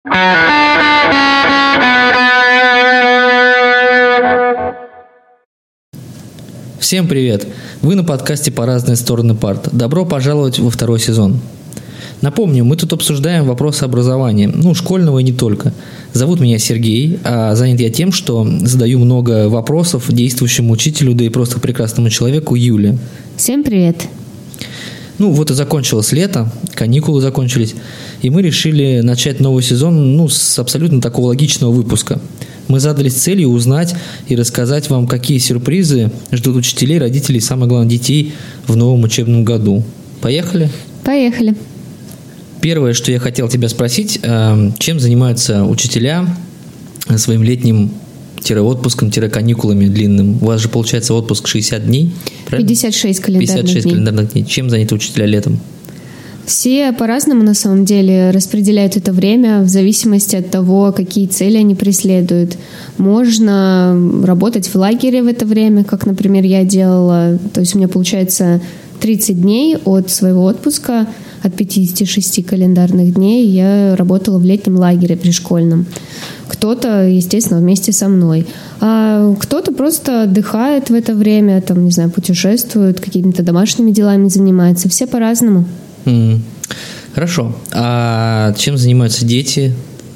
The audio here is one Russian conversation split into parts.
Всем привет! Вы на подкасте «По разные стороны парт». Добро пожаловать во второй сезон. Напомню, мы тут обсуждаем вопросы образования, школьного и не только. Зовут меня Сергей, а занят я тем, что задаю много вопросов действующему учителю, да и просто прекрасному человеку Юле. Всем привет! Вот и закончилось лето, каникулы закончились, и мы решили начать новый сезон, с абсолютно такого логичного выпуска. Мы задались целью узнать и рассказать вам, какие сюрпризы ждут учителей, родителей и, самое главное, детей в новом учебном году. Поехали? Поехали. Первое, что я хотел тебя спросить, чем занимаются учителя своим летним отпуском, каникулами длинным? У вас же получается отпуск 60 дней, правильно? 56 календарных 56 дней. календарных дней. Чем заняты учителя летом? Все по-разному, на самом деле, распределяют это время в зависимости от того, какие цели они преследуют. Можно работать в лагере в это время, как, например, я делала. То есть у меня получается 30 дней от своего отпуска, от 56 календарных дней я работала в летнем лагере пришкольном. Кто-то, естественно, вместе со мной. А кто-то просто отдыхает в это время, путешествует, какими-то домашними делами занимается. Все по-разному. Хорошо. А чем занимаются дети?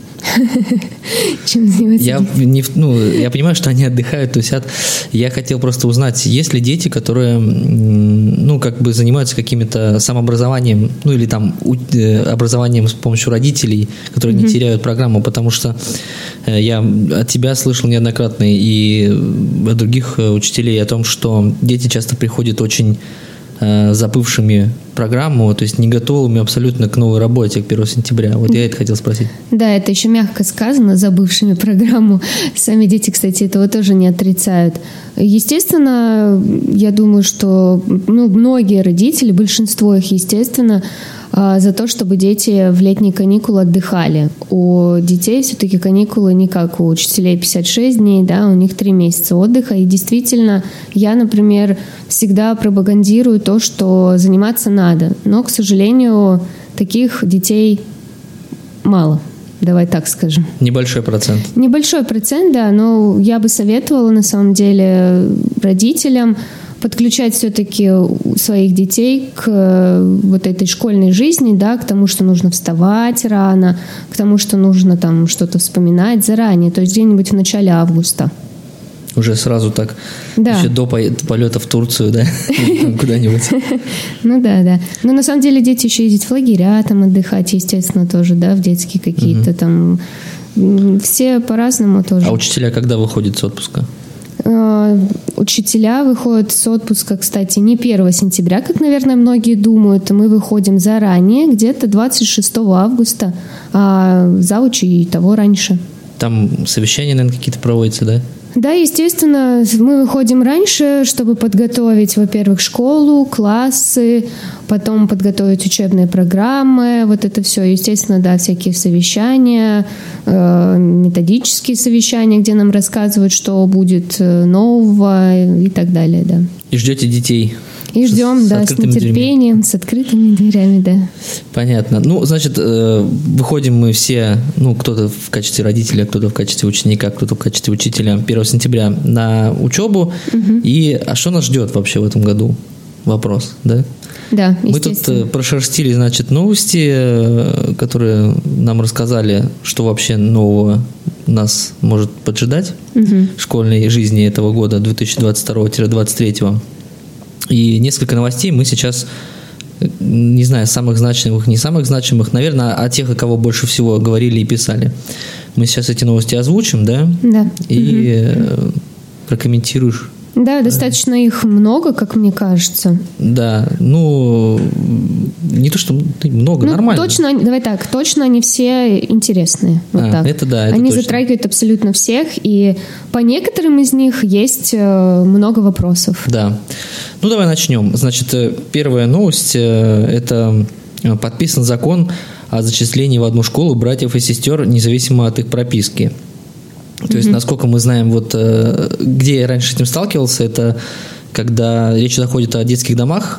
Чем занимаются дети? Я понимаю, что они отдыхают, тусят. Я хотел просто узнать, есть ли дети, которые, занимаются каким-то самообразованием, или образованием с помощью родителей, которые не теряют программу, потому что я от тебя слышал неоднократно и от других учителей о том, что дети часто приходят очень забывшими программу, то есть не готовыми абсолютно к новой работе, к 1 сентября. Я это хотел спросить. Да, это еще мягко сказано, забывшими программу. Сами дети, кстати, этого тоже не отрицают. Естественно, я думаю, что многие родители, большинство их, естественно, за то, чтобы дети в летние каникулы отдыхали. У детей все-таки каникулы не как у учителей 56 дней, у них 3 месяца отдыха. И действительно, я, например, всегда пропагандирую то, что заниматься надо. Но, к сожалению, таких детей мало. Давай так скажем. Небольшой процент. Небольшой процент, да, но я бы советовала, на самом деле, родителям подключать все-таки своих детей к этой школьной жизни, к тому, что нужно вставать рано, к тому, что нужно что-то вспоминать заранее, то есть где-нибудь в начале августа. Уже сразу так, еще до полета в Турцию, да, куда-нибудь. Да. Но на самом деле дети еще ездят в лагеря, отдыхать, естественно, тоже, в детские какие-то все по-разному тоже. А учителя когда выходят с отпуска? Учителя выходят с отпуска, кстати, не 1 сентября, как, наверное, многие думают. Мы выходим заранее, где-то 26 августа, а заучи и того раньше. Там совещания, наверное, какие-то проводятся, да? Да, естественно, мы выходим раньше, чтобы подготовить, во-первых, школу, классы, потом подготовить учебные программы, это все, естественно, всякие совещания, методические совещания, где нам рассказывают, что будет нового и так далее, да. И ждете детей? И ждем, с нетерпением, дверями. С открытыми дверями, да. Понятно. Значит, выходим мы все, кто-то в качестве родителя, кто-то в качестве ученика, кто-то в качестве учителя 1 сентября на учебу. И что нас ждет вообще в этом году? Вопрос, да? Да, мы тут прошерстили, новости, которые нам рассказали, что вообще нового нас может поджидать в школьной жизни этого года, 2022-2023. И несколько новостей мы сейчас, не знаю, самых значимых, не самых значимых, наверное, о тех, о кого больше всего говорили и писали. Мы сейчас эти новости озвучим, да? Да. И прокомментируешь. Да, достаточно их много, как мне кажется. Да, не то, что много, нормально. Точно они все интересные. Это да, это они точно. Затрагивают абсолютно всех, и по некоторым из них есть много вопросов. Да. Давай начнем. Значит, первая новость – это подписан закон о зачислении в одну школу братьев и сестер, независимо от их прописки. То есть, насколько мы знаем, где я раньше с этим сталкивался, это когда речь заходит о детских домах,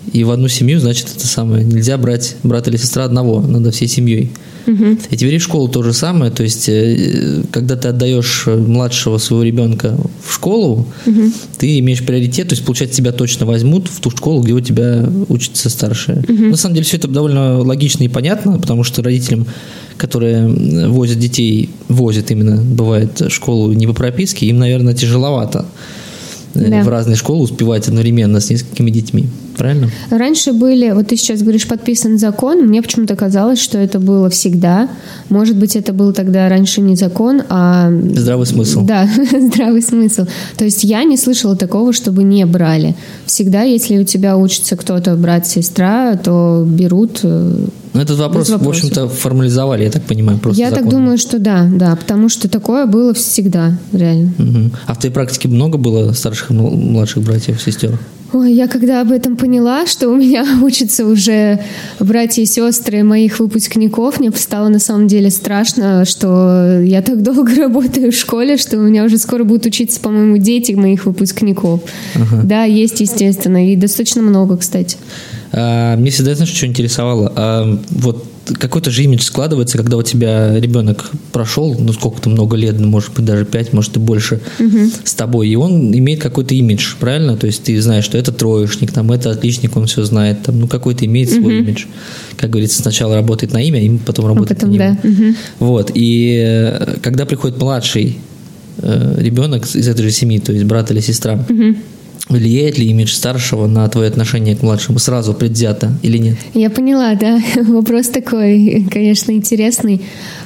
И в одну семью, значит, это самое. Нельзя брать брата или сестра одного, надо всей семьей. И теперь и в школу то же самое. То есть, когда ты отдаешь младшего своего ребенка в школу, ты имеешь приоритет. То есть, получается, тебя точно возьмут в ту школу, где у тебя учатся старшие. На самом деле, все это довольно логично и понятно, потому что родителям, которые возят детей, бывает, в школу не по прописке, им, наверное, тяжеловато в разные школы успевать одновременно с несколькими детьми. Правильно? Раньше были, вот ты сейчас говоришь, подписан закон, мне почему-то казалось, что это было всегда. Может быть, это был тогда раньше не закон, а... Здравый смысл. Да, здравый смысл. То есть я не слышала такого, чтобы не брали. Всегда, если у тебя учится кто-то, брат, сестра, то берут... Ну, этот вопрос, в общем-то, формализовали, я так понимаю, просто Я законом. так думаю, что да, потому что такое было всегда, реально. А в твоей практике много было старших и младших братьев, сестер? Ой, я когда об этом поняла, что у меня учатся уже братья и сестры моих выпускников, мне стало на самом деле страшно, что я так долго работаю в школе, что у меня уже скоро будут учиться, по-моему, дети моих выпускников. Да, есть, естественно, и достаточно много, кстати. Мне всегда, знаешь, что интересовало? Вот какой-то же имидж складывается, когда у тебя ребенок прошел, сколько-то много лет, может быть, даже 5, может, и больше, с тобой, и он имеет какой-то имидж, правильно? То есть ты знаешь, что это троечник, это отличник, он все знает, какой-то имеет свой имидж. Как говорится, сначала работает на имя, и потом работает на него. Вот, и когда приходит младший ребенок из этой же семьи, то есть брат или сестра, влияет ли имидж старшего на твое отношение к младшему сразу предвзято или нет? Я поняла, да. Вопрос такой, конечно, интересный.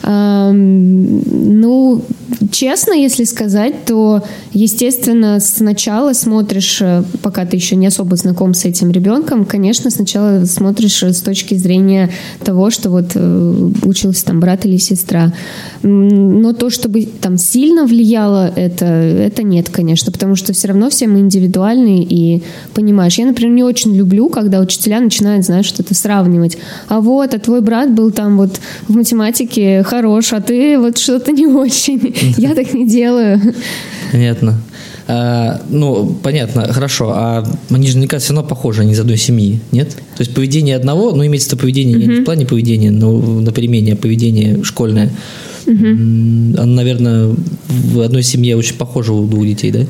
Честно, если сказать, то, естественно, сначала смотришь, пока ты еще не особо знаком с этим ребенком, конечно, сначала смотришь с точки зрения того, что вот учился там брат или сестра. Но то, чтобы там сильно влияло, это нет, конечно, потому что все равно все мы индивидуальны и понимаешь. Я, например, не очень люблю, когда учителя начинают, знаешь, что-то сравнивать. А твой брат был там вот в математике хорош, а ты вот что-то не очень. Я так не делаю. Понятно. Понятно, хорошо. А они же, мне кажется, все равно похожи, они из одной семьи, нет? То есть поведение одного, имеется в виду поведение не в плане поведения, но на перемене, поведение школьное. Оно, наверное, в одной семье очень похоже у двух детей, да?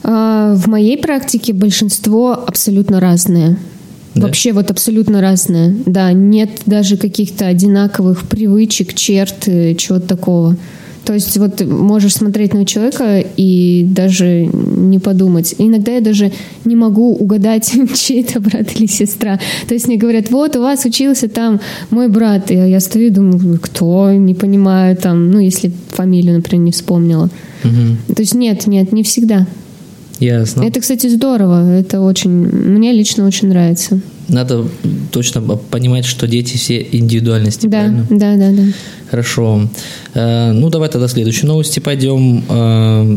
В моей практике большинство абсолютно разные. Да? Вообще абсолютно разные. Да, нет даже каких-то одинаковых привычек, черт, чего-то такого. То есть можешь смотреть на человека и даже не подумать. Иногда я даже не могу угадать, чей это брат или сестра. То есть мне говорят, вот у вас учился там мой брат. И я стою и думаю, кто? Не понимаю там, если фамилию, например, не вспомнила. То есть нет, не всегда. Ясно. Это, кстати, здорово. Это мне лично очень нравится. Надо точно понимать, что дети все индивидуальности, правильно? Да. Хорошо. Давай тогда к следующей новости пойдем.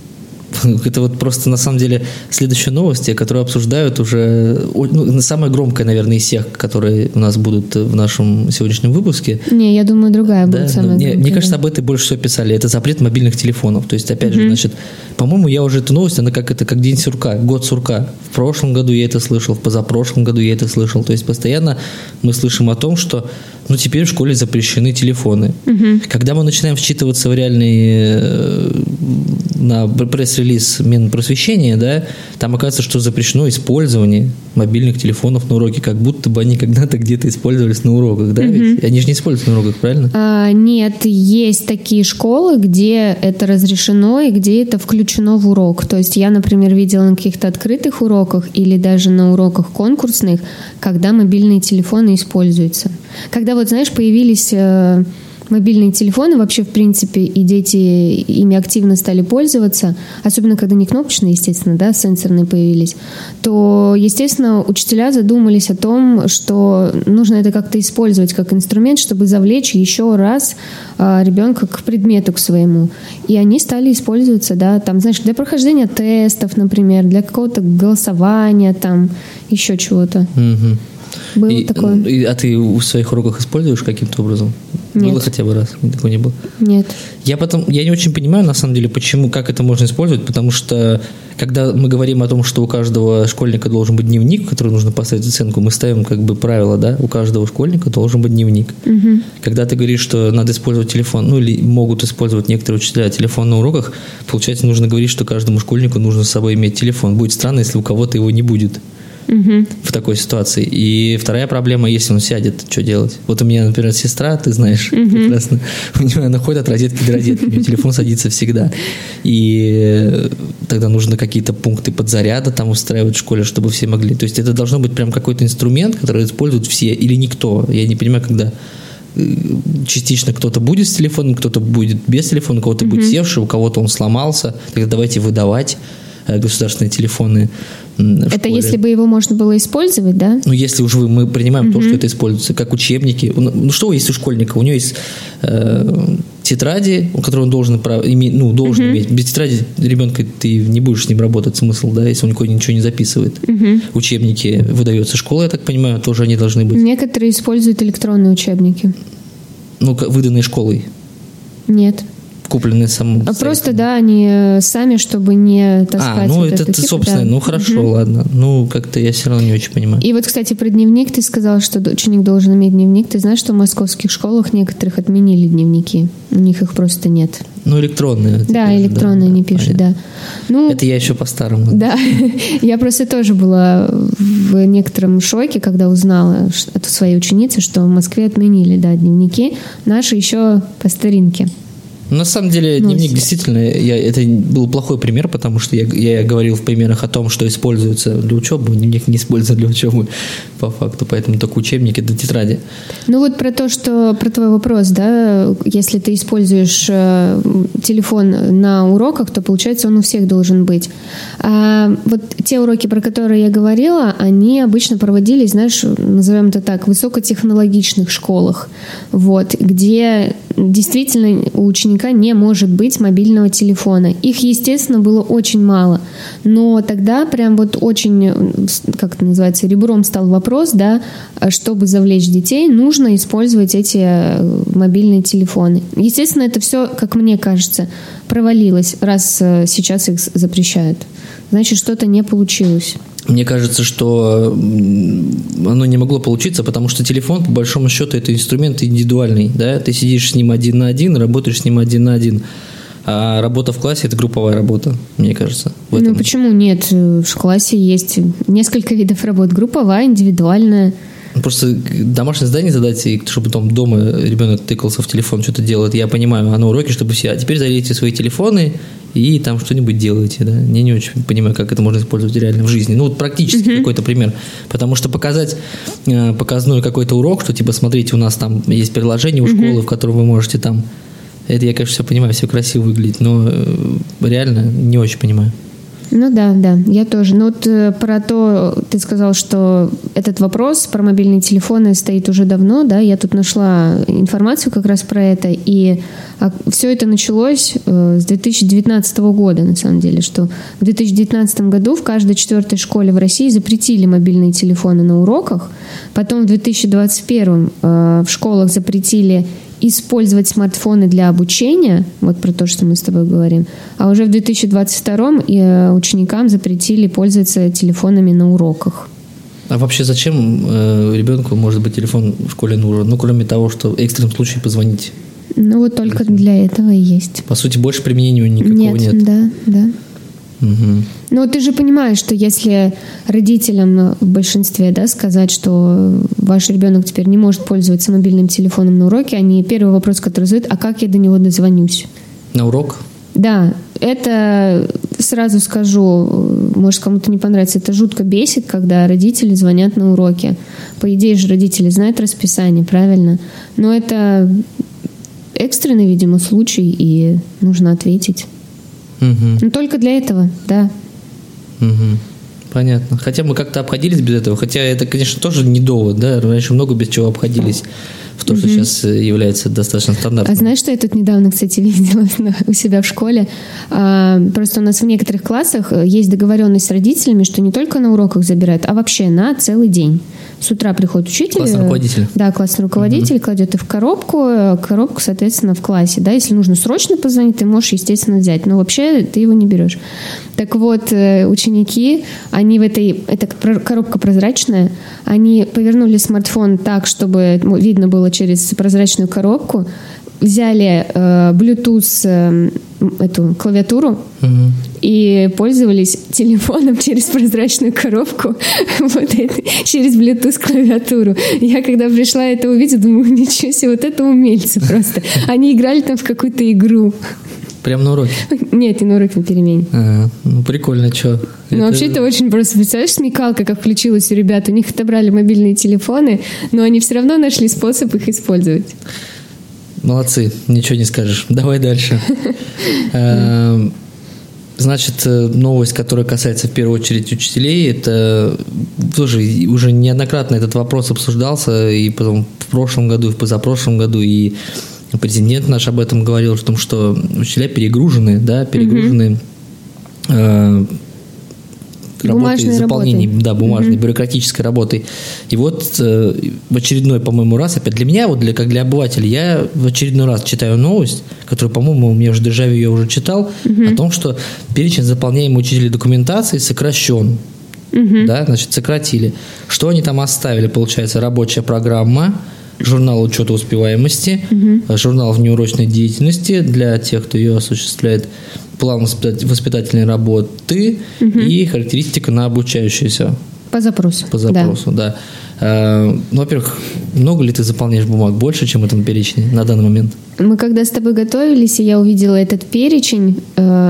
Это просто на самом деле следующие новости, которые обсуждают уже самая громкая, наверное, из всех, которые у нас будут в нашем сегодняшнем выпуске. Не, я думаю, другая будет самая громкая. Мне кажется, об этой больше всего писали. Это запрет мобильных телефонов. То есть, опять же, значит, по-моему, я уже эту новость, она как день сурка, год сурка. В прошлом году я это слышал, в позапрошлом году я это слышал. То есть, постоянно мы слышим о том, что теперь в школе запрещены телефоны. Когда мы начинаем вчитываться в реальные на пресс-релиз Минпросвещения, да, там оказывается, что запрещено использование мобильных телефонов на уроке, как будто бы они когда-то где-то использовались на уроках, да? Ведь они же не используются на уроках, правильно? Нет, есть такие школы, где это разрешено и где это включено в урок. То есть я, например, видела на каких-то открытых уроках или даже на уроках конкурсных, когда мобильные телефоны используются. Когда появились мобильные телефоны вообще, в принципе, и дети ими активно стали пользоваться, особенно когда не кнопочные, естественно, да, сенсорные появились, то, естественно, учителя задумались о том, что нужно это как-то использовать как инструмент, чтобы завлечь еще раз ребенка к предмету, к своему. И они стали использоваться, да, там, знаешь, для прохождения тестов, например, для какого-то голосования, там, еще чего-то. Было такое. А ты в своих уроках используешь каким-то образом? Нет. Было хотя бы раз? Такого не было? Нет. Я не очень понимаю, на самом деле, как это можно использовать, потому что, когда мы говорим о том, что у каждого школьника должен быть дневник, в который нужно поставить оценку, мы ставим как бы правило, да, у каждого школьника должен быть дневник. Угу. Когда ты говоришь, что надо использовать телефон, или могут использовать некоторые учителя телефон на уроках, получается, нужно говорить, что каждому школьнику нужно с собой иметь телефон. Будет странно, если у кого-то его не будет. В такой ситуации. И вторая проблема, если он сядет, что делать? Вот у меня, например, сестра, ты знаешь прекрасно, у нее она ходит от розетки до розетки, у нее телефон садится всегда. И тогда нужно какие-то пункты подзаряда там устраивать в школе, чтобы все могли. То есть это должно быть прям какой-то инструмент, который используют все или никто. Я не понимаю, когда частично кто-то будет с телефоном, кто-то будет без телефона, у кого-то будет севший, у кого-то он сломался. Тогда давайте выдавать государственные телефоны. Это если бы его можно было использовать, да? Ну, если уж мы принимаем то, что это используется, как учебники. Ну, что есть у школьника? У него есть тетради, которые он должен иметь. Без тетради ребенка ты не будешь с ним работать, смысл, да, если он ничего не записывает. Учебники выдаются школой, я так понимаю, тоже они должны быть. Некоторые используют электронные учебники. Ну, выданные школой? Нет. Купленные самому. Просто, да, они сами, чтобы не таскать. Ну, это ты собственно, да. Ну, хорошо, ладно. Ну, как-то я все равно не очень понимаю. И вот, кстати, про дневник ты сказал, что ученик должен иметь дневник. Ты знаешь, что в московских школах некоторых отменили дневники? У них их просто нет. Ну, электронные. Да, электронные не пишут, да. Ну, это я еще по-старому. Да, я просто тоже была в некотором шоке, когда узнала от своей ученицы, что в Москве отменили, да, дневники. Наши еще по старинке. На самом деле, дневник действительно, это был плохой пример, потому что я говорил в примерах о том, что используется для учебы, дневник не используется для учебы по факту, поэтому только учебники до тетради. Ну вот про твой вопрос, да, если ты используешь телефон на уроках, то получается он у всех должен быть. А вот те уроки, про которые я говорила, они обычно проводились, знаешь, назовем это так, в высокотехнологичных школах, вот, где действительно у учеников не может быть мобильного телефона. Их, естественно, было очень мало. Но тогда прям вот очень, как это называется, ребром стал вопрос, да, чтобы завлечь детей, нужно использовать эти мобильные телефоны. Естественно, это все, как мне кажется, провалилось, раз сейчас их запрещают. Значит, что-то не получилось. Мне кажется, что оно не могло получиться, потому что телефон, по большому счету, это инструмент индивидуальный. Да? Ты сидишь с ним один на один, работаешь с ним один на один. А работа в классе – это групповая работа, мне кажется. Ну, почему нет? В классе есть несколько видов работ. Групповая, индивидуальная. Просто домашнее задание задать, чтобы потом дома ребенок тыкался в телефон, что-то делает. Я понимаю, на уроке, чтобы все. А теперь залейте свои телефоны и там что-нибудь делаете. Да? Я не очень понимаю, как это можно использовать реально в жизни. Ну, вот практически какой-то пример. Потому что показать показной какой-то урок, что типа, смотрите, у нас там есть приложение у школы, в котором вы можете там... Это я, конечно, все понимаю, все красиво выглядит, но реально не очень понимаю. Ну да, я тоже. Ну вот про то, ты сказал, что этот вопрос про мобильные телефоны стоит уже давно, да, я тут нашла информацию как раз про это, и все это началось с 2019 года, на самом деле, что в 2019 году в каждой 4-й школе в России запретили мобильные телефоны на уроках, потом в 2021 в школах запретили использовать смартфоны для обучения, вот про то, что мы с тобой говорим, а уже в 2022 ученикам запретили пользоваться телефонами на уроках. А вообще зачем ребенку, может быть, телефон в школе нужен? Ну, кроме того, что в экстренном случае позвонить. Ну, вот только для этого и есть. По сути, больше применения никакого нет. Да. Угу. Но ты же понимаешь, что если родителям в большинстве, да, сказать, что ваш ребенок теперь не может пользоваться мобильным телефоном на уроке, они первый вопрос, который задают: а как я до него дозвонюсь? На урок? Да, это, сразу скажу, может, кому-то не понравится, это жутко бесит, когда родители звонят на уроке. По идее же родители знают расписание, правильно? Но это экстренный, видимо, случай, и нужно ответить. Но только для этого, да. Понятно. Хотя мы как-то обходились без этого. Хотя это, конечно, тоже не довод, да. Раньше много без чего обходились. в то, что сейчас является достаточно стандартным. А знаешь, что я тут недавно, кстати, видела у себя в школе? Просто у нас в некоторых классах есть договоренность с родителями, что не только на уроках забирают, а вообще на целый день. С утра приходит учитель. Классный руководитель. Да, классный руководитель кладет их в коробку, соответственно, в классе. Да, если нужно срочно позвонить, ты можешь, естественно, взять. Но вообще ты его не берешь. Так вот, ученики, они это коробка прозрачная, они повернули смартфон так, чтобы видно было через прозрачную коробку, взяли Bluetooth эту клавиатуру и пользовались телефоном через прозрачную коробку, через Bluetooth клавиатуру. Я когда пришла это увидела, думаю, ничего себе, вот это умельцы просто. Они играли там в какую-то игру. Прямо на уроке? Нет, не на уроке, на перемене. Прикольно, что? Ну, вообще это очень просто. Представляешь, смекалка, как включилась у ребят. У них отобрали мобильные телефоны, но они все равно нашли способ их использовать. Молодцы, ничего не скажешь. Давай дальше. Значит, новость, которая касается в первую очередь учителей, это тоже уже неоднократно этот вопрос обсуждался, и потом в прошлом году, и в позапрошлом году, и президент наш об этом говорил, о том, что учителя перегружены, работой, заполнением, бумажной, бюрократической работой. И вот в очередной, по-моему, раз, опять для меня, как для обывателя, я в очередной раз читаю новость, которую, по-моему, у меня уже дежавю, я уже читал, о том, что перечень заполняемой учителей документации сокращен. Да, значит, сократили. Что они там оставили? Получается, рабочая программа, журнал учета успеваемости, журнал внеурочной деятельности для тех, кто ее осуществляет, план воспитательной работы и характеристика на обучающуюся. По запросу. Да. Во-первых, много ли ты заполняешь бумаг? Больше, чем в этом перечне на данный момент? Мы когда с тобой готовились, и я увидела этот перечень,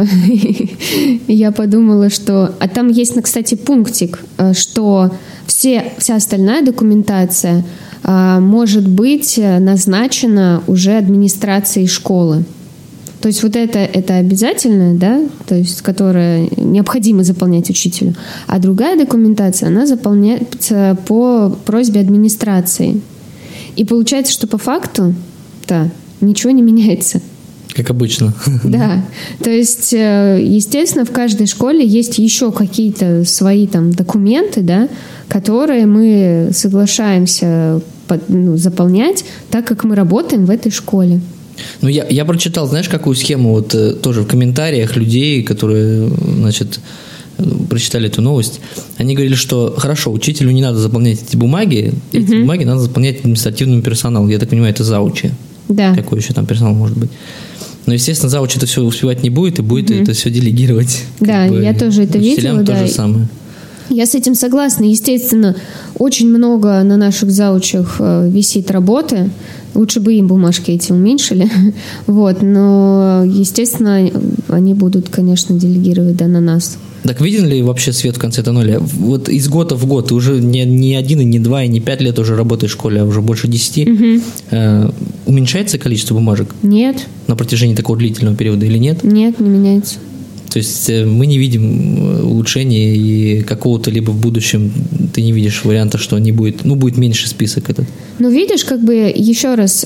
я подумала, что... А там есть, кстати, пунктик, что вся остальная документация может быть назначена уже администрацией школы. То есть вот это обязательно, да, то есть которое необходимо заполнять учителю. А другая документация, она заполняется по просьбе администрации. И получается, что по факту-то ничего не меняется. Как обычно. Да. То есть, естественно, в каждой школе есть еще какие-то свои там документы, да, которые мы соглашаемся заполнять, так как мы работаем в этой школе. Ну, я прочитал, знаешь, какую схему, вот тоже в комментариях людей, которые, значит, прочитали эту новость, они говорили, что хорошо, учителю не надо заполнять эти бумаги надо заполнять административному персоналу. Я так понимаю, это заучи. Да. Какой еще там персонал может быть? Но, естественно, зауч это все успевать не будет и будет это все делегировать. Да, я тоже это видела. То же самое. Я с этим согласна. Естественно, очень много на наших заучах висит работы. Лучше бы им бумажки эти уменьшили. Вот, но, естественно, они будут, конечно, делегировать на нас. Так виден ли вообще свет в конце тоннеля? Вот из года в год, ты уже не 1, и не 2, и не 5 лет уже работаешь в школе, а уже больше 10. Уменьшается количество бумажек? Нет. На протяжении такого длительного периода или нет? Нет, не меняется. То есть мы не видим улучшения, и какого-то либо в будущем ты не видишь варианта, что не будет, будет меньше список этот. Ну, видишь, еще раз,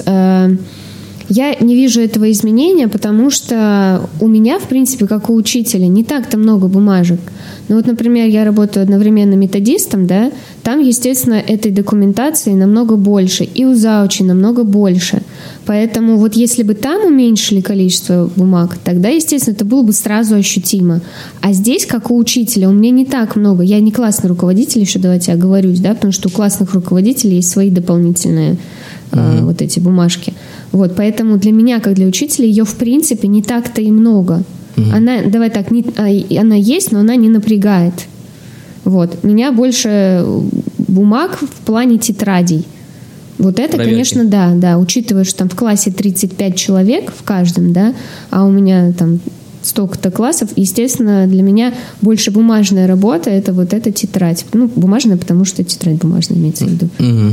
я не вижу этого изменения, потому что у меня, в принципе, как у учителя, не так-то много бумажек. Ну вот, например, я работаю одновременно методистом, да, там, естественно, этой документации намного больше, и у заучи намного больше. Поэтому вот если бы там уменьшили количество бумаг, тогда, естественно, это было бы сразу ощутимо. А здесь, как у учителя, у меня не так много. Я не классный руководитель еще, давайте оговорюсь, да, потому что у классных руководителей есть свои дополнительные вот эти бумажки. Вот, поэтому для меня, как для учителя, ее, в принципе, не так-то и много. Она, давай так, она есть, но она не напрягает. Вот. Меня больше бумаг в плане тетрадей. Вот это, проверки. Конечно, да, учитывая, что там в классе 35 человек в каждом, да, а у меня там столько-то классов, естественно, для меня больше бумажная работа, это вот эта тетрадь. Ну, бумажная, потому что тетрадь бумажная имеется в виду.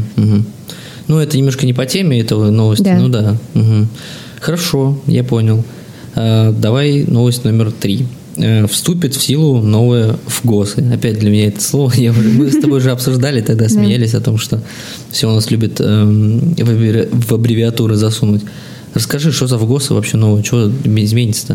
Ну, это немножко не по теме этого новости, да. Хорошо, я понял. Давай новость номер 3. вступит в силу новое ФГОСы. Опять для меня это слово. Мы с тобой уже обсуждали, тогда смеялись о том, что все у нас любят в аббревиатуры засунуть. Расскажи, что за ФГОСы вообще новые, что изменится-то?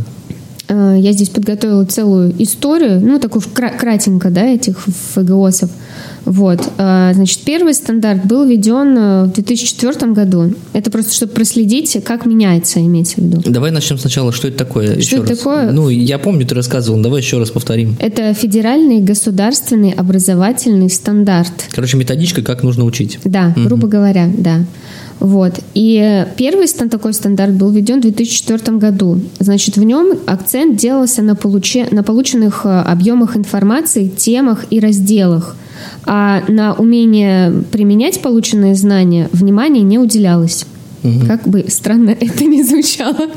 Я здесь подготовила целую историю, такую кратенько, этих ФГОСов. Вот. Значит, первый стандарт был введен в 2004 году. Это просто, чтобы проследить, как меняется, имеется в виду. Давай начнем сначала. Что это такое? Что это такое? Я помню, ты рассказывал. Давай еще раз повторим. Это федеральный государственный образовательный стандарт. Короче, методичка, как нужно учить. Да, грубо говоря, да. Вот. И первый такой стандарт был введен в 2004 году. Значит, в нем акцент делался на полученных объемах информации, темах и разделах. А на умение применять полученные знания внимание не уделялось. Как бы странно это ни звучало.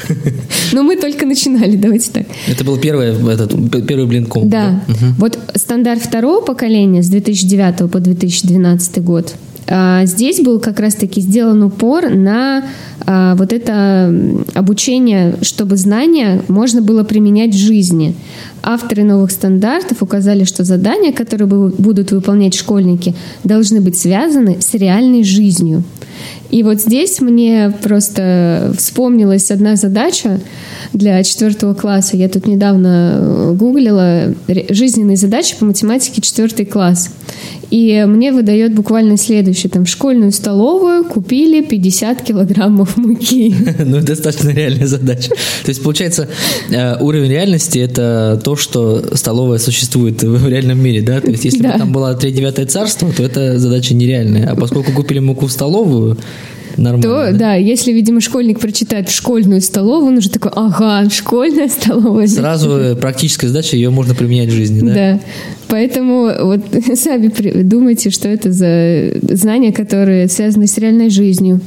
Но мы только начинали, давайте так. Это был первый блинком. Да. Вот стандарт второго поколения с 2009 по 2012 год. Здесь был как раз-таки сделан упор на вот это обучение, чтобы знания можно было применять в жизни. Авторы новых стандартов указали, что задания, которые будут выполнять школьники, должны быть связаны с реальной жизнью. И вот здесь мне просто вспомнилась одна задача для 4 класса. Я тут недавно гуглила жизненные задачи по математике 4 класс. И мне выдает буквально следующее. В школьную столовую купили 50 килограммов муки. Достаточно реальная задача. То есть, получается, уровень реальности – это то, что столовая существует в реальном мире, да? То есть, если бы там было 3-9 царство, то это задача нереальная. А поскольку купили муку в столовую, нормально. То, если, видимо, школьник прочитает школьную столовую, он уже такой, школьная столовая. Сразу практическая задача, ее можно применять в жизни, да? Да. Поэтому вот сами думайте, что это за знания, которые связаны с реальной жизнью.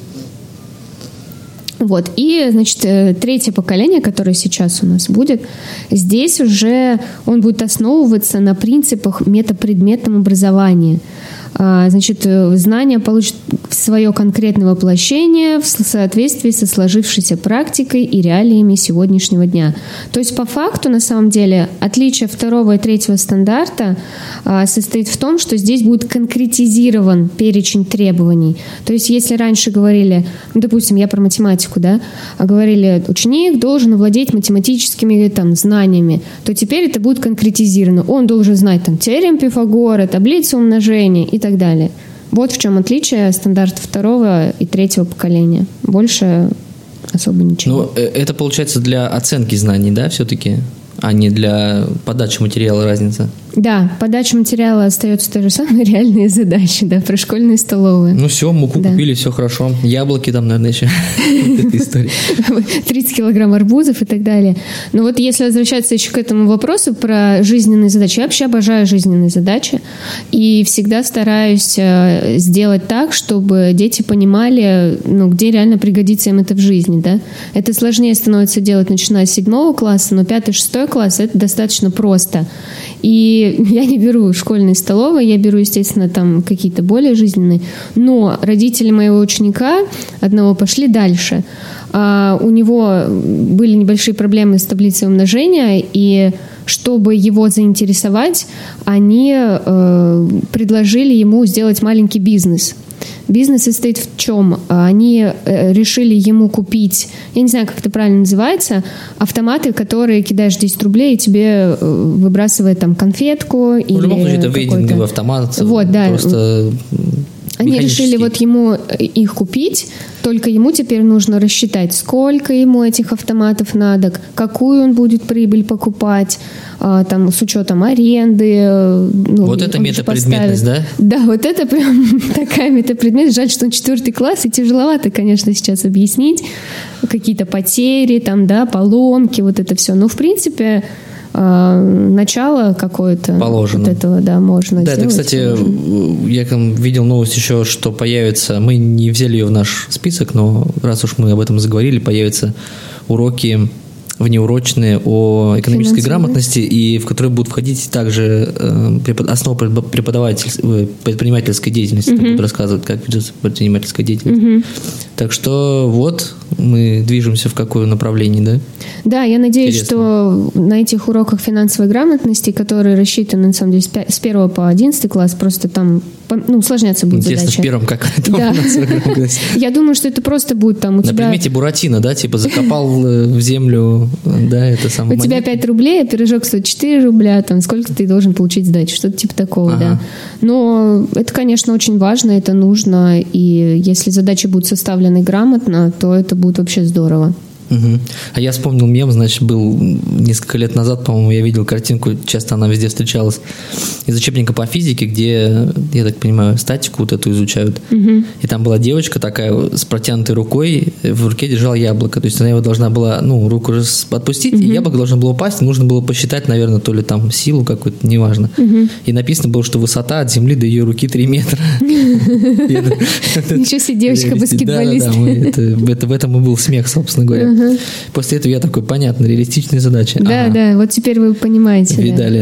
Вот. И, значит, третье поколение, которое сейчас у нас будет, здесь уже он будет основываться на принципах метапредметного образования. Значит, знания получат свое конкретное воплощение в соответствии со сложившейся практикой и реалиями сегодняшнего дня. То есть, по факту, на самом деле, отличие второго и третьего стандарта состоит в том, что здесь будет конкретизирован перечень требований. То есть, если раньше говорили, допустим, я про математику, говорили, ученик должен овладеть математическими знаниями, то теперь это будет конкретизировано. Он должен знать теорему Пифагора, таблицу умножения и так далее. Вот в чем отличие стандарта второго и третьего поколения. Больше особо ничего. Это получается для оценки знаний, да, все-таки? А не для подачи материала разница? Да, подача материала остается той же самой, реальные задачи, про школьные столовые. Все, муку купили, все хорошо. Яблоки наверное, еще. Эта история. 30 килограмм арбузов и так далее. Но вот если возвращаться еще к этому вопросу про жизненные задачи, я вообще обожаю жизненные задачи и всегда стараюсь сделать так, чтобы дети понимали, где реально пригодится им это в жизни, да. Это сложнее становится делать, начиная с 7 класса, но 5-6 класс это достаточно просто. И я не беру школьные столовые, я беру, естественно, какие-то более жизненные. Но родители моего ученика одного пошли дальше. У него были небольшие проблемы с таблицей умножения, и чтобы его заинтересовать, они предложили ему сделать маленький бизнес. Бизнес состоит в чем? Они решили ему купить, я не знаю, как это правильно называется, автоматы, которые кидаешь 10 рублей, и тебе выбрасывает конфетку. В любом случае, это вейдинговый автомат. Вот, да. Просто они решили ему их купить, только ему теперь нужно рассчитать, сколько ему этих автоматов надо, какую он будет прибыль покупать, с учетом аренды. Вот это метапредметность, да? Да, вот это прям такая метапредметность. Жаль, что он 4 класс, и тяжеловато, конечно, сейчас объяснить. Какие-то потери, поломки, вот это все. Но, в принципе, начало какое-то положено. Вот этого, можно сделать. Да, это, кстати, я видел новость еще, что появится, мы не взяли ее в наш список, но раз уж мы об этом заговорили, появятся уроки внеурочные о экономической грамотности, и в которые будут входить также основы предпринимательской деятельности, будут рассказывать, как ведется предпринимательская деятельность. Так что вот мы движемся в какое направление, да? Да, я надеюсь, что на этих уроках финансовой грамотности, которые рассчитаны, на самом деле, с 1 по 11 класс, просто там усложняться будет задача. Интересно, в первом какая там финансовая грамотность? Я думаю, что это просто будет там у тебя... На предмете Буратино, да, типа закопал в землю, да, это самое... У тебя 5 рублей, а пирожок стоит 4 рубля, там сколько ты должен получить сдачу, что-то типа такого, да. Но это, конечно, очень важно, это нужно, и если задачи будут составлены грамотно, то это будет вообще здорово. Угу. А я вспомнил мем, значит, был несколько лет назад, по-моему, я видел картинку, часто она везде встречалась, из учебника по физике, где, я так понимаю, статику вот эту изучают. Угу. И там была девочка такая с протянутой рукой, в руке держала яблоко, то есть она его должна была, руку отпустить, и яблоко должно было упасть, нужно было посчитать, наверное, то ли там силу какую-то, неважно. Угу. И написано было, что высота от земли до ее руки 3 метра. Ничего себе, девочка-баскетболист. Да, в этом и был смех, собственно говоря. После этого я такой, понятно, реалистичная задача. Да, вот теперь вы понимаете. Видали,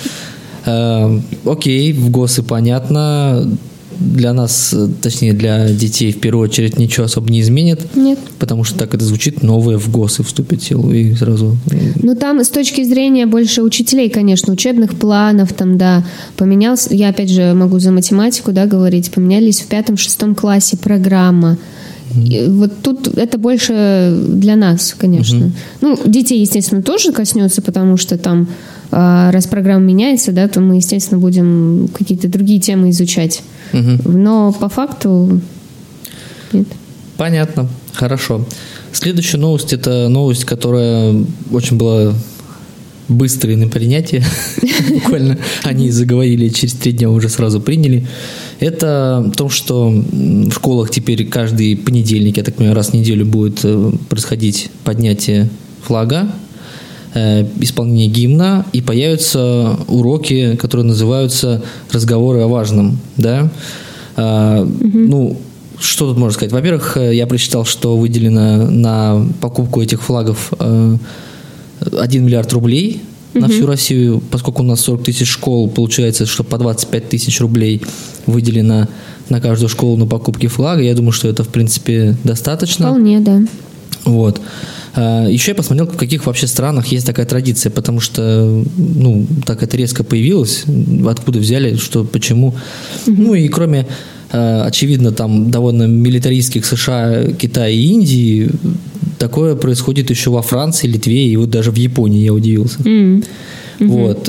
да. Окей, в ГОСы понятно. Для нас, точнее, для детей в первую очередь ничего особо не изменит. Нет. Потому что так это звучит, новое в ГОСы вступит в силу и сразу... Там с точки зрения больше учителей, конечно, учебных планов, там, да, поменялся. Я, опять же, могу за математику, да, говорить. Поменялись в 5-6 классе программа. И вот тут это больше для нас, конечно. Детей, естественно, тоже коснется, потому что там, раз программа меняется, да, то мы, естественно, будем какие-то другие темы изучать. Но по факту нет. Понятно, хорошо. Следующая новость – это новость, которая очень была быстрой на принятие. Буквально они заговорили, через 3 дня уже сразу приняли. Это то, что в школах теперь каждый понедельник, я так понимаю, раз в неделю будет происходить поднятие флага, исполнение гимна, и появятся уроки, которые называются «Разговоры о важном». Да? Что тут можно сказать? Во-первых, я прочитал, что выделено на покупку этих флагов 1 миллиард рублей на всю Россию, поскольку у нас 40 тысяч школ, получается, что по 25 тысяч рублей выделено на каждую школу на покупки флага. Я думаю, что это, в принципе, достаточно. Вполне, да. Вот. Еще я посмотрел, в каких вообще странах есть такая традиция, потому что, так это резко появилось, откуда взяли, что, почему. И кроме, очевидно, там довольно милитаристских США, Китая и Индии, такое происходит еще во Франции, Литве и вот даже в Японии, я удивился. Вот.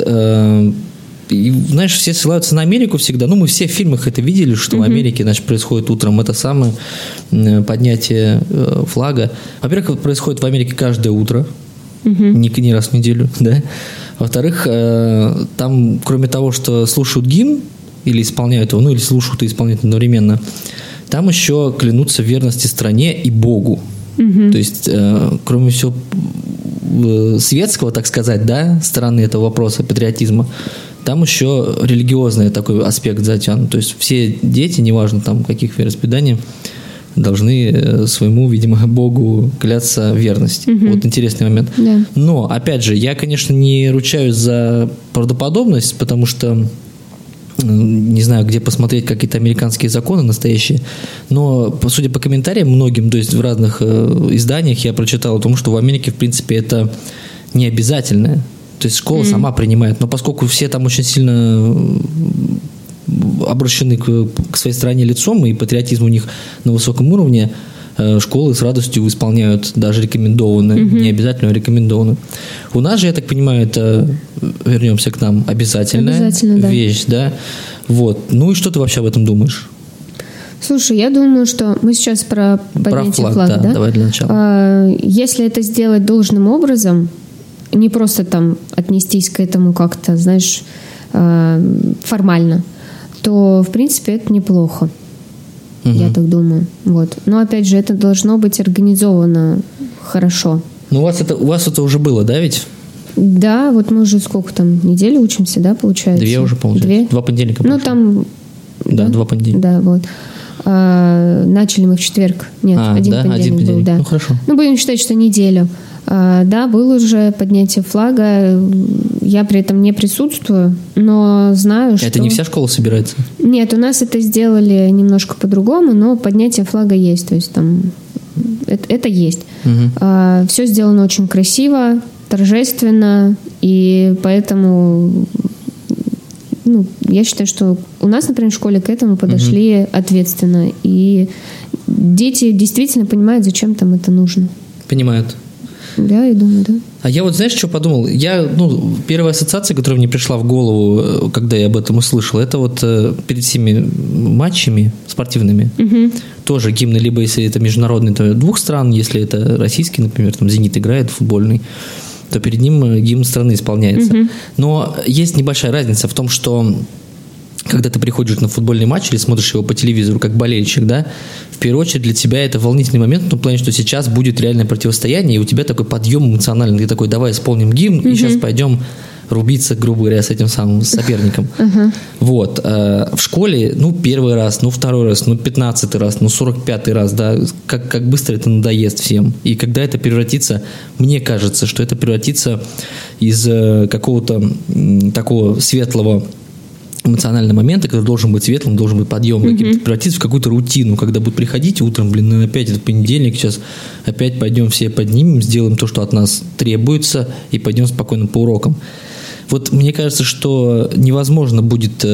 И, знаешь, все ссылаются на Америку всегда. Мы все в фильмах это видели, что в Америке, значит, происходит утром это самое поднятие флага. Во-первых, это происходит в Америке каждое утро, не раз в неделю, да. Во-вторых, там, кроме того, что слушают гимн или исполняют его, или слушают и исполняют одновременно, там еще клянутся в верности стране и Богу. То есть, кроме всего светского, так сказать, да, стороны этого вопроса патриотизма, там еще религиозный такой аспект затянут. То есть все дети, неважно там каких вероисповеданий, должны своему, видимо, Богу кляться в верности. Вот интересный момент. Да. Но, опять же, я, конечно, не ручаюсь за правдоподобность, потому что не знаю, где посмотреть какие-то американские законы настоящие, но, судя по комментариям многим, то есть в разных изданиях я прочитал о том, что в Америке, в принципе, это не обязательное. То есть школа сама принимает, но поскольку все там очень сильно обращены к своей стране лицом, и патриотизм у них на высоком уровне, школы с радостью исполняют даже рекомендованные, не обязательно, а рекомендованные. У нас же, я так понимаю, это, вернемся к нам, обязательная вещь, да? Вот. И что ты вообще об этом думаешь? Слушай, я думаю, что мы сейчас про поднятие флага, да? Давай для начала. Если это сделать должным образом, не просто там отнестись к этому как-то, знаешь, формально, то, в принципе, это неплохо. Я так думаю. Вот. Но, опять же, это должно быть организовано хорошо. У вас это уже было, да, ведь? Да, вот мы уже сколько там, неделю учимся, да, получается? 2 уже, получается. 2 понедельника. Там... Да, 2 понедельника. Да, вот. Начали мы в четверг. Нет, один понедельник был, да. Ну, хорошо. Ну, будем считать, что неделю. Да, было уже поднятие флага. Я при этом не присутствую, но знаю, что... Это не вся школа собирается? Нет, у нас это сделали немножко по-другому, но поднятие флага есть. То есть там это есть. Угу. Все сделано очень красиво, торжественно, и поэтому... Ну, я считаю, что у нас, например, в школе к этому подошли ответственно. И дети действительно понимают, зачем там это нужно. Понимают. Да, я думаю, да. А я вот, знаешь, что подумал? Первая ассоциация, которая мне пришла в голову, когда я об этом услышал, это вот перед всеми матчами спортивными тоже гимны, либо если это международный, то 2 стран, если это российский, например, там «Зенит» играет футбольный, то перед ним гимн страны исполняется. Но есть небольшая разница в том, что когда ты приходишь на футбольный матч или смотришь его по телевизору как болельщик, да, в первую очередь для тебя это волнительный момент, в том плане, что сейчас будет реальное противостояние, и у тебя такой подъем эмоциональный, ты такой, давай исполним гимн, и сейчас пойдем рубиться, грубо говоря, с этим самым соперником. Вот. В школе, первый раз, второй раз, 15-й раз, 45-й раз, да, как быстро это надоест всем. И когда это превратится, мне кажется, что это превратится из какого-то такого светлого эмоционального момента, который должен быть светлым, должен быть подъемным, превратиться в какую-то рутину, когда будут приходить утром, опять это понедельник, сейчас опять пойдем все поднимем, сделаем то, что от нас требуется, и пойдем спокойно по урокам. Вот мне кажется, что невозможно будет,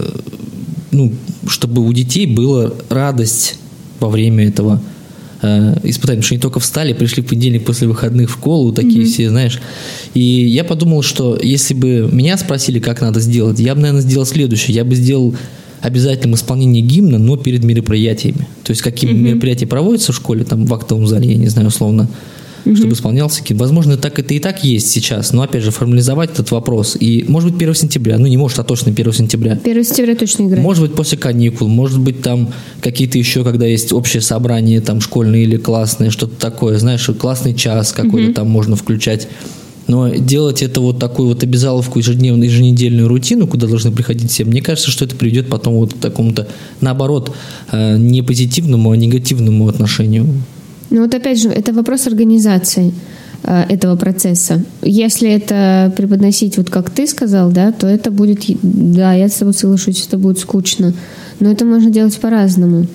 чтобы у детей была радость во время этого испытания, потому что они только встали, пришли в понедельник после выходных в школу, такие все, знаешь. И я подумал, что если бы меня спросили, как надо сделать, я бы, наверное, сделал следующее. Я бы сделал обязательным исполнение гимна, но перед мероприятиями. То есть, какие мероприятия проводятся в школе, там, в актовом зале, я не знаю, условно, чтобы исполнялся гимн. Возможно, так это и так есть сейчас, но, опять же, формализовать этот вопрос. И, может быть, 1 сентября, не может, а точно 1 сентября. 1 сентября точно играет. Может быть, после каникул, может быть, там какие-то еще, когда есть общее собрание, там, школьное или классное, что-то такое, знаешь, классный час какой-то там можно включать. Но делать это вот такую вот обязаловку ежедневную, еженедельную рутину, куда должны приходить все, мне кажется, что это приведет потом вот к такому-то, наоборот, не позитивному, а негативному отношению. Ну вот опять же, это вопрос организации этого процесса. Если это преподносить, вот как ты сказал, да, то это будет, да, я с тобой соглашусь, это будет скучно. Но это можно делать по-разному.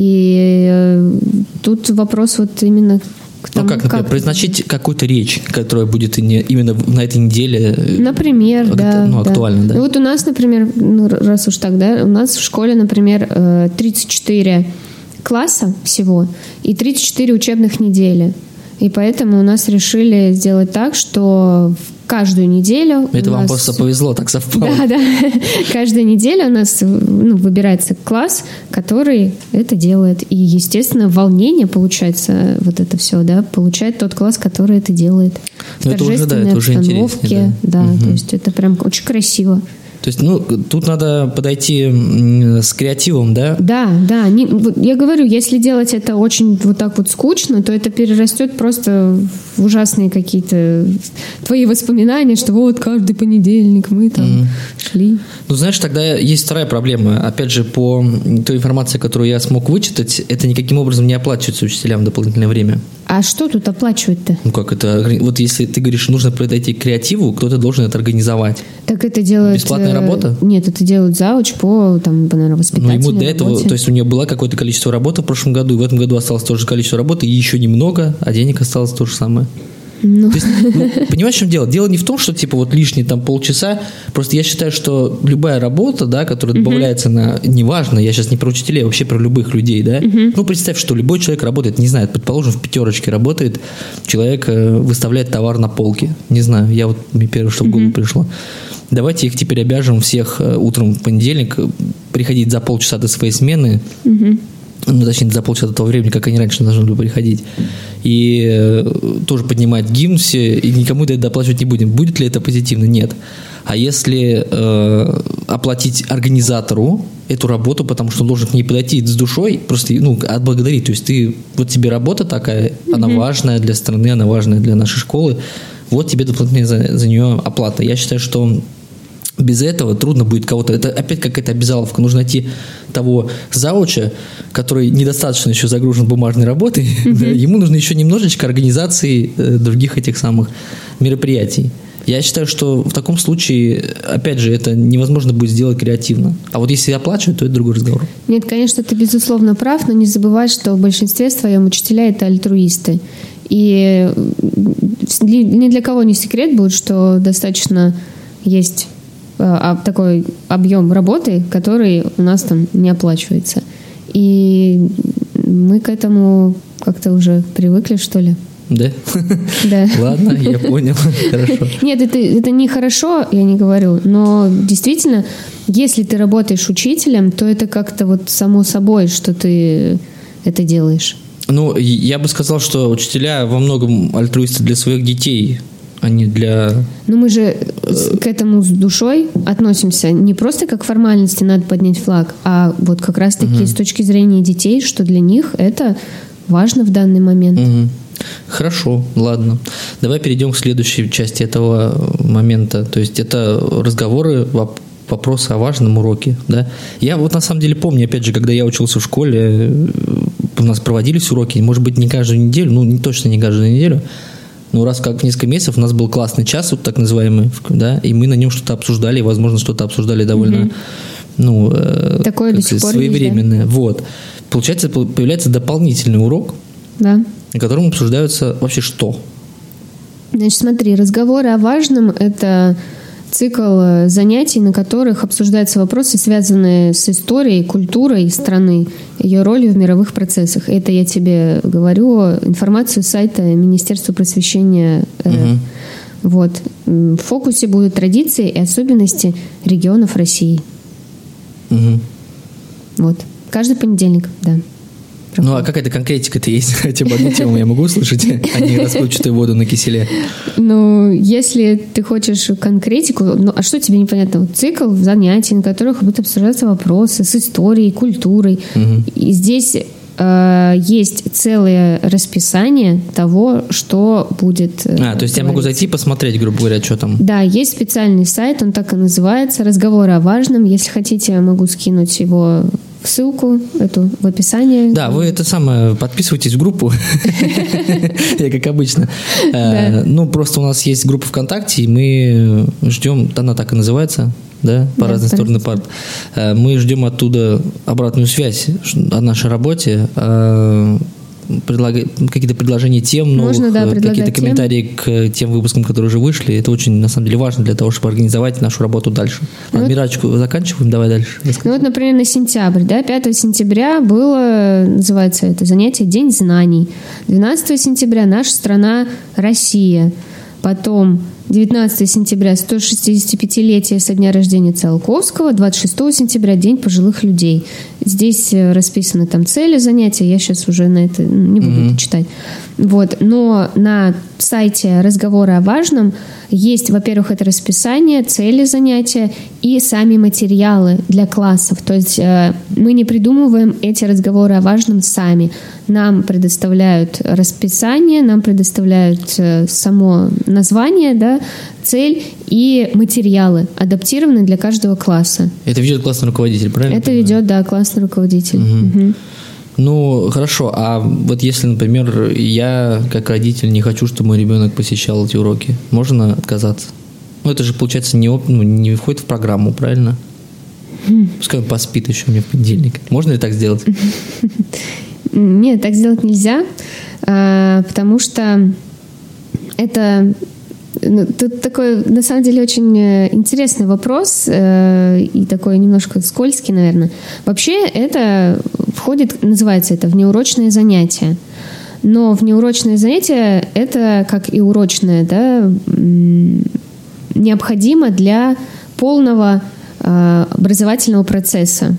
И тут вопрос вот именно к тому, например, произносить какую-то речь, которая будет именно на этой неделе, например, актуальна. Да. Ну вот у нас, например, раз уж так, да, у нас в школе, например, 34 класса всего и 34 учебных недели. И поэтому у нас решили сделать так, что в каждую неделю... Это вам просто повезло, так совпало. Да. Каждая неделя у нас выбирается класс, который это делает. И, естественно, волнение получается, вот это все, да, получает тот класс, который это делает. В торжественной обстановке. Да, то есть это прям очень красиво. То есть, тут надо подойти с креативом, да? Да. Я говорю, если делать это очень вот так вот скучно, то это перерастет просто в ужасные какие-то твои воспоминания, что вот каждый понедельник мы там шли. Знаешь, тогда есть вторая проблема. Опять же, по той информации, которую я смог вычитать, это никаким образом не оплачивается учителям в дополнительное время. А что тут оплачивать-то? Как это? Вот если ты говоришь, нужно подойти к креативу, кто-то должен это организовать. Так это делает... Бесплатная работа? Нет, это делает завуч по, наверное, воспитательной ему для этого, работе. то есть у нее было какое-то количество работы в прошлом году, и в этом году осталось тоже количество работы, и еще немного, а денег осталось то же самое. То есть, понимаешь, в чем дело? Дело не в том, что лишние там полчаса. Просто я считаю, что любая работа, да, которая добавляется на... Неважно, я сейчас не про учителей, а вообще про любых людей, да. Представь, что любой человек работает, не знаю, предположим, в пятерочке работает, человек выставляет товар на полке. Не знаю, мне первое, что в голову пришло. Давайте их теперь обяжем всех утром в понедельник приходить за полчаса до своей смены. Точнее, за полчаса до того времени, как они раньше должны были приходить. И тоже поднимать гимн все, и никому это доплачивать не будем. Будет ли это позитивно? Нет. А если оплатить организатору эту работу, потому что он должен к ней подойти с душой, просто отблагодарить. То есть вот тебе работа такая, она важная для страны, она важная для нашей школы. Вот тебе дополнительная за нее оплата. Я считаю, что без этого трудно будет кого-то. Это опять какая-то обязаловка. Нужно найти того зауча, который недостаточно еще загружен бумажной работой. Да, ему нужно еще немножечко организации других этих самых мероприятий. Я считаю, что в таком случае, опять же, это невозможно будет сделать креативно. А вот если оплачивают, то это другой разговор. Нет, конечно, ты безусловно прав, но не забывай, что в большинстве своем учителя – это альтруисты. И ни для кого не секрет будет, что достаточно есть такой объем работы, который у нас там не оплачивается. И мы к этому как-то уже привыкли, что ли. Да? Да. Ладно, я понял. Хорошо. Нет, это не хорошо, я не говорю, но действительно, если ты работаешь учителем, то это как-то вот само собой, что ты это делаешь. Ну, я бы сказал, что учителя во многом альтруисты для своих детей, а не для... Но мы же к этому с душой относимся не просто как к формальности надо поднять флаг, а вот как раз-таки с точки зрения детей, что для них это важно в данный момент. Хорошо, ладно. Давай перейдем к следующей части этого момента. То есть это разговоры, вопросы о важном уроке. Да? Я вот на самом деле помню, опять же, когда я учился в школе, у нас проводились уроки, может быть, не каждую неделю, ну, не точно не каждую неделю, но раз как в несколько месяцев у нас был классный час, вот так называемый, да, и мы на нем что-то обсуждали, и, возможно, что-то обсуждали довольно, такое до сих пор своевременное. Есть, да? Вот. Получается, появляется дополнительный урок, да, на котором обсуждаются вообще что? Значит, смотри, разговоры о важном – это цикл занятий, на которых обсуждаются вопросы, связанные с историей, культурой страны, ее ролью в мировых процессах. Это я тебе говорю информацию с сайта Министерства просвещения РФ. Вот. В фокусе будут традиции и особенности регионов России. Вот. Каждый понедельник, да. Ну, а какая-то конкретика-то есть? Хотя бы одну тему я могу услышать, а не расплывчатую воду на киселе. Ну, если ты хочешь конкретику, ну, а что тебе непонятно? Вот цикл занятий, на которых будут обсуждаться вопросы с историей, культурой. И здесь есть целое расписание того, что будет то есть говорить. Я могу зайти и посмотреть, грубо говоря, что там? Да, есть специальный сайт, он так и называется «Разговоры о важном». Если хотите, я могу скинуть его ссылку эту в описании. Да, вы это самое, подписывайтесь в группу. Я как обычно. Ну, просто у нас есть группа ВКонтакте, и мы ждем, она так и называется, да, по разные стороны парт. Мы ждем оттуда обратную связь о нашей работе, какие-то предложения тем новых, можно, да, какие-то комментарии к тем выпускам, которые уже вышли. Это очень, на самом деле, важно для того, чтобы организовать нашу работу дальше. Мирачку заканчиваем, давай дальше. Ну вот, например, на сентябрь, да, 5 сентября было, называется это занятие «День знаний». 12 сентября «Наша страна Россия». Потом 19 сентября 165-летие со дня рождения Циолковского, 26 сентября День пожилых людей. Здесь расписаны там цели занятия, я сейчас уже на это не буду это читать. Вот. Но на сайте «Разговоры о важном» есть, во-первых, это расписание, цели занятия и сами материалы для классов. То есть мы не придумываем эти разговоры о важном сами. Нам предоставляют расписание, нам предоставляют само название, да, цель и материалы, адаптированные для каждого класса. Это ведет классный руководитель, правильно? Это ведет, да, классный руководитель. Ну, хорошо, а вот если, например, я, как родитель, не хочу, чтобы мой ребенок посещал эти уроки, можно отказаться? Ну, это же, получается, не входит в программу, правильно? Пускай он поспит еще мне в понедельник. Можно ли так сделать? Нет, так сделать нельзя, потому что это... Тут такой, на самом деле, очень интересный вопрос и такой немножко скользкий, наверное. Вообще это входит, называется это внеурочное занятие. Но внеурочное занятие это, как и урочное, да, необходимо для полного образовательного процесса.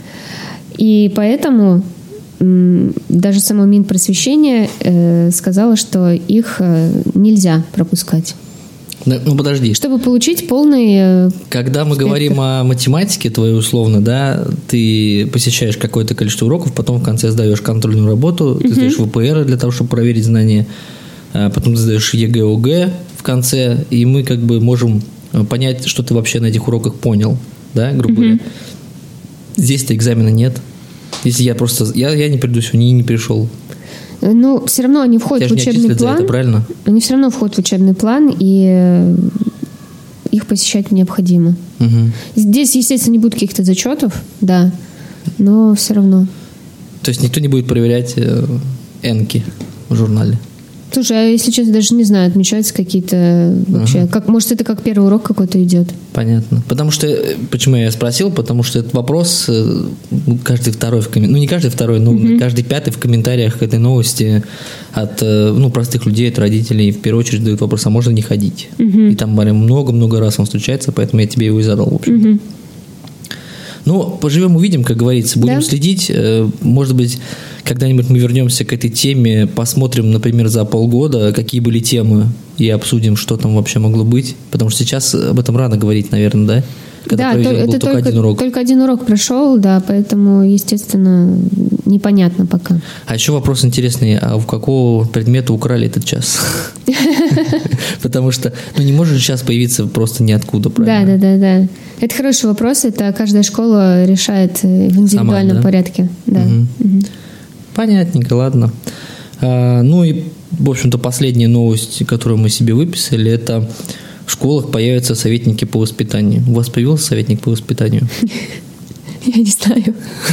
И поэтому даже само Минпросвещение сказало, что их нельзя пропускать. Ну, подожди. Чтобы получить полный... Когда мы говорим о математике, твоей условно, да, ты посещаешь какое-то количество уроков, потом в конце сдаешь контрольную работу, ты сдаешь ВПР для того, чтобы проверить знания, потом ты сдаешь ЕГЭ, ОГЭ в конце, и мы как бы можем понять, что ты вообще на этих уроках понял, да, грубо говоря. Здесь-то экзамена нет. Если я не приду сегодня, не пришел. Ну, все равно они входят в учебный план. Это, правильно? Они все равно входят в учебный план, и их посещать необходимо. Здесь, естественно, не будет каких-то зачетов, да, но все равно. То есть никто не будет проверять энки в журнале? Слушай, а если честно, даже не знаю, отмечаются какие-то вообще... Может, это как первый урок какой-то идет? Понятно. Почему я спросил? Потому что этот вопрос каждый второй в комментариях... Ну, не каждый второй, но каждый пятый в комментариях к этой новости от простых людей, от родителей в первую очередь задают вопрос, а можно не ходить? И там много-много раз он встречается, поэтому я тебе его и задал, в общем. Ну, поживем, увидим, как говорится. Будем следить. Может быть, когда-нибудь мы вернемся к этой теме, посмотрим, например, за полгода, какие были темы, и обсудим, что там вообще могло быть. Потому что сейчас об этом рано говорить, наверное, да? Когда это только один урок. Только один урок прошел, да, поэтому, естественно, непонятно пока. А еще вопрос интересный, а у какого предмета украли этот час? Потому что, не может сейчас появиться просто ниоткуда, правильно? Да. Это хороший вопрос, это каждая школа решает в индивидуальном порядке. Да. Понятненько, ладно. Ну и, в общем-то, последняя новость, которую мы себе выписали, это в школах появятся советники по воспитанию. У вас появился советник по воспитанию? Я не знаю.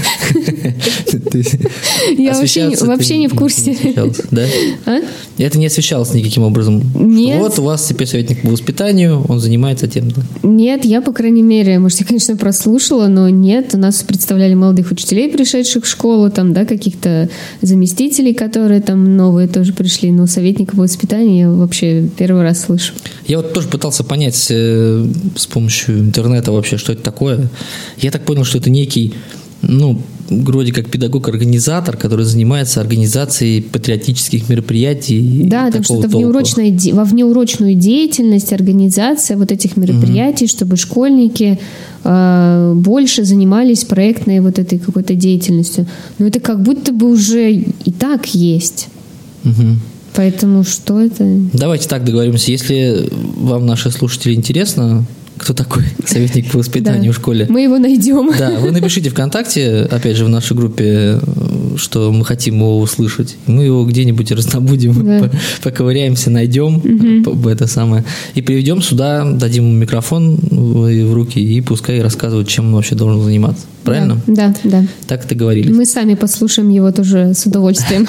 Я вообще не в курсе. Да? Это не освещалось никаким образом? Нет. Вот у вас теперь советник по воспитанию, он занимается тем-то. Нет, я, по крайней мере, может, я, конечно, прослушала, но нет. У нас представляли молодых учителей, пришедших в школу, там, да, каких-то заместителей, которые там новые тоже пришли. Но советника по воспитанию я вообще первый раз слышу. Я вот тоже пытался понять с помощью интернета вообще, что это такое. Я так понял, что это некий, вроде как педагог-организатор, который занимается организацией патриотических мероприятий. Да, там что-то во внеурочную деятельность, организация вот этих мероприятий, чтобы школьники больше занимались проектной вот этой какой-то деятельностью. Но это как будто бы уже и так есть. Поэтому что это? Давайте так договоримся. Если вам, наши слушатели, интересно, кто такой советник по воспитанию в школе, мы его найдем. Да, вы напишите ВКонтакте, опять же, в нашей группе, что мы хотим его услышать. Мы его где-нибудь раздобудем, поковыряемся, найдем это самое. И приведем сюда, дадим ему микрофон в руки, и пускай рассказывает, чем он вообще должен заниматься. Правильно? Да. Так и договорились. Мы сами послушаем его тоже с удовольствием.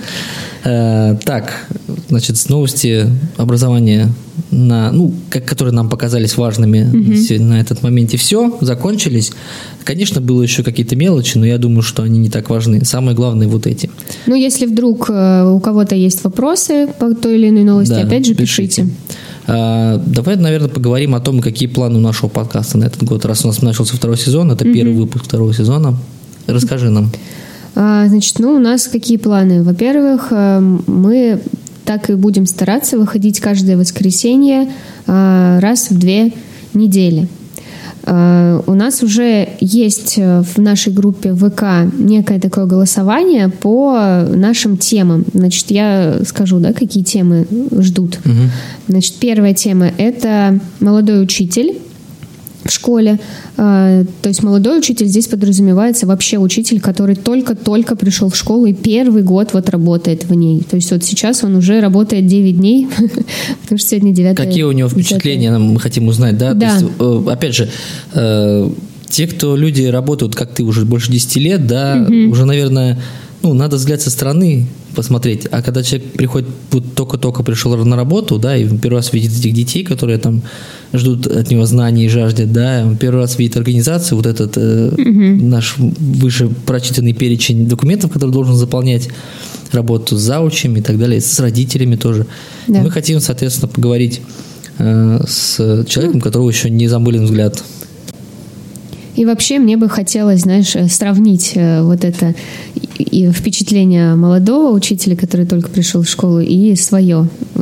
Так, значит, с новости образования, которые нам показались важными на этот моменте, все, закончились. Конечно, было еще какие-то мелочи, но я думаю, что они не так важны. Самое главное вот эти. Если вдруг у кого-то есть вопросы по той или иной новости, опять же, пишите. Давай, наверное, поговорим о том, какие планы у нашего подкаста на этот год. Раз у нас начался второй сезон, это первый выпуск второго сезона. Расскажи нам. Значит, у нас какие планы? Во-первых, мы так и будем стараться выходить каждое воскресенье раз в 2 недели. У нас уже есть в нашей группе ВК некое такое голосование по нашим темам. Значит, я скажу, какие темы ждут. Значит, первая тема – это молодой учитель в школе. То есть молодой учитель здесь подразумевается вообще учитель, который только-только пришел в школу и первый год работает в ней. То есть сейчас он уже работает 9 дней, потому что сегодня 9. Какие у него впечатления, мы хотим узнать, да? То есть, опять же, те, кто люди работают, как ты, уже больше 10 лет, да, уже, наверное, надо взгляд со стороны посмотреть. А когда человек приходит, только-только пришел на работу, да, и первый раз видит этих детей, которые там ждут от него знаний и жаждет, да, он первый раз видит организацию, вот этот наш выше прочитанный перечень документов, который должен заполнять, работу с заучами и так далее, с родителями тоже. Да. Мы хотим, соответственно, поговорить с человеком, у которого еще не замылен взгляд. И вообще мне бы хотелось, сравнить вот это и впечатление молодого учителя, который только пришел в школу, и свое.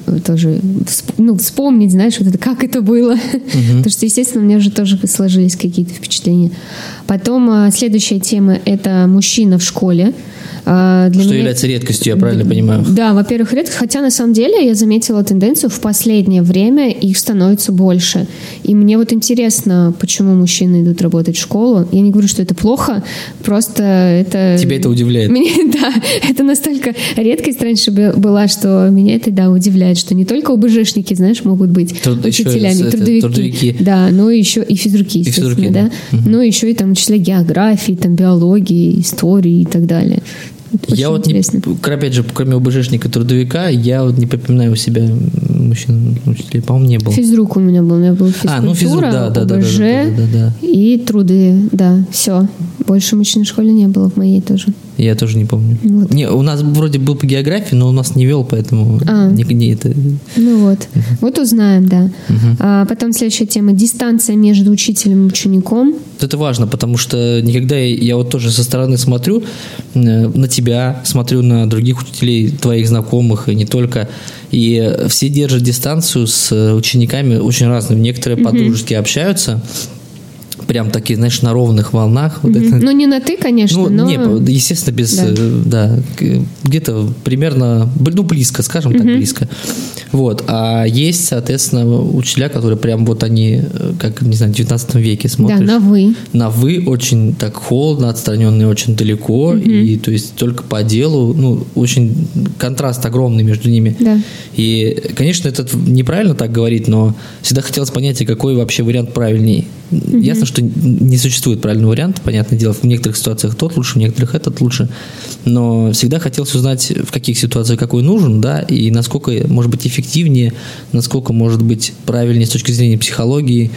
тоже вспомнить, знаешь, вот это, как это было. Потому что, естественно, у меня уже тоже сложились какие-то впечатления. Потом следующая тема – это мужчина в школе. Что является редкостью, я правильно понимаю? Да, во-первых, редкость. Хотя, на самом деле, я заметила тенденцию, в последнее время их становится больше. И мне вот интересно, почему мужчины идут работать в школу. Я не говорю, что это плохо, просто это... Тебя это удивляет? Да, это настолько редкость раньше была, что меня это, да, удивляет, что не только ОБЖшники, знаешь, могут быть учителями, трудовики. Да, но еще и физруки, естественно, да. Но еще и там учителя географии, там биологии, истории и так далее. Очень я вот интересно. Опять же, кроме ОБЖшника, трудовика, я вот не припоминаю у себя мужчин, учителей, по-моему, не было. Физрук у меня был физкультура, физрук, да. И труды, да, все. Больше мужчин в школе не было, в моей тоже. Я тоже не помню. Вот. У нас вроде был по географии, но у нас не вел, поэтому не это... Ну вот. Вот узнаем, да. Потом следующая тема – дистанция между учителем и учеником. Это важно, потому что никогда я вот тоже со стороны смотрю на тебя, смотрю на других учителей, твоих знакомых, и не только, и все держат дистанцию с учениками очень разными. Некоторые по-дружески общаются, прям такие, знаешь, на ровных волнах. Вот это. Ну, не на «ты», конечно, но... Не, естественно, без... Да, где-то примерно, близко, скажем так, близко. Вот. А есть, соответственно, учителя, которые прям вот они, как, не знаю, в 19 веке смотришь. Да, на «вы». На «вы», очень так холодно, отстраненные очень далеко, и то есть только по делу, очень контраст огромный между ними. Да. И, конечно, это неправильно так говорить, но всегда хотелось понять, какой вообще вариант правильней. Ясно, что не существует правильного варианта, понятное дело, в некоторых ситуациях тот лучше, в некоторых этот лучше, но всегда хотелось узнать, в каких ситуациях какой нужен, да, и насколько может быть эффективнее, насколько может быть правильнее с точки зрения психологии.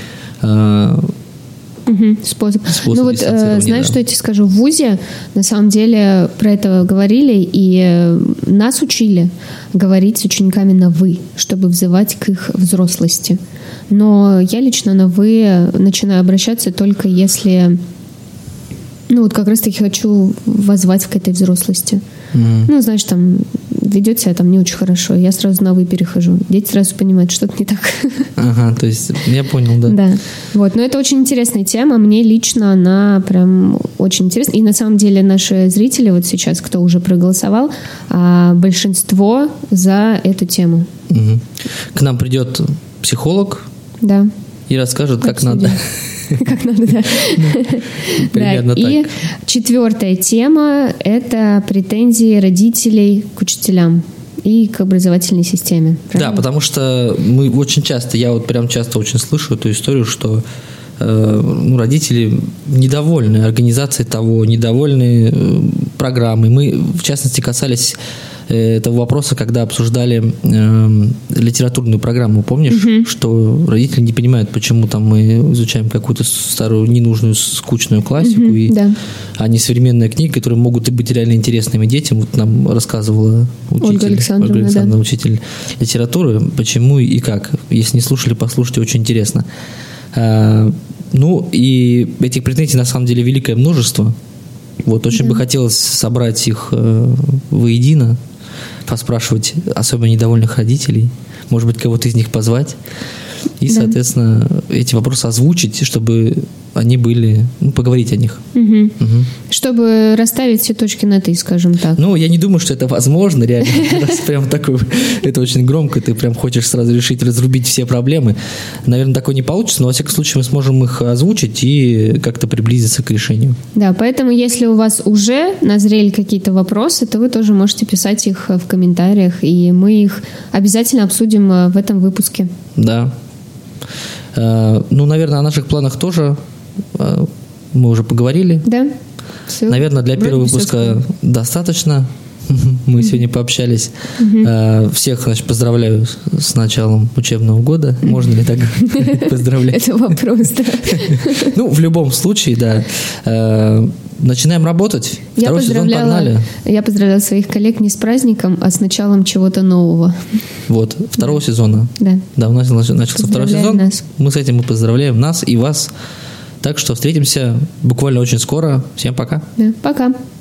Способ. Ну вот, знаешь, что я тебе скажу? В ВУЗе, на самом деле, про это говорили, и нас учили говорить с учениками на «вы», чтобы взывать к их взрослости. Но я лично на «вы» начинаю обращаться только если, вот как раз-таки хочу воззвать к этой взрослости. Знаешь, там ведет себя там не очень хорошо, я сразу на «вы» перехожу. Дети сразу понимают, что-то не так. Ага, то есть я понял, да. Да, вот, но это очень интересная тема, мне лично она прям очень интересна. И на самом деле наши зрители вот сейчас, кто уже проголосовал, большинство за эту тему. К нам придет психолог, да, и расскажет, как надо. Как надо, да. Примерно так. И 4-я тема – это претензии родителей к учителям и к образовательной системе. Правильно? Да, потому что мы очень часто, я вот прям часто очень слышу эту историю, что родители недовольны организацией того, недовольны программой. Мы, в частности, касались этого вопроса, когда обсуждали литературную программу, помнишь, что родители не понимают, почему там мы изучаем какую-то старую, ненужную, скучную классику, а не современные книги, которые могут и быть реально интересными детям. Вот нам рассказывала Ольга Александровна, учитель литературы, почему и как. Если не слушали, послушайте, очень интересно. И этих претензий на самом деле великое множество. Вот очень бы хотелось собрать их воедино, поспрашивать особенно недовольных родителей, может быть, кого-то из них позвать и, соответственно, эти вопросы озвучить, чтобы они были, поговорить о них. Чтобы расставить все точки над «и», скажем так. Я не думаю, что это возможно, реально. Прям такое, это очень громко, ты прям хочешь сразу решить, разрубить все проблемы. Наверное, такое не получится, но, во всяком случае, мы сможем их озвучить и как-то приблизиться к решению. Да, поэтому, если у вас уже назрели какие-то вопросы, то вы тоже можете писать их в комментариях, и мы их обязательно обсудим в этом выпуске. Да. Наверное, о наших планах тоже мы уже поговорили. Да. Все. Наверное, для первого выпуска достаточно. Мы сегодня пообщались. Всех, поздравляю с началом учебного года. Можно ли так поздравлять? Это вопрос, да. В любом случае, да. Начинаем работать. Второй сезон погнали. Я поздравляла своих коллег не с праздником, а с началом чего-то нового. Вот, второго сезона. Да. Да, у нас начался второй сезон. Мы с этим поздравляем нас и вас. Так что встретимся буквально очень скоро. Всем пока. Да, пока.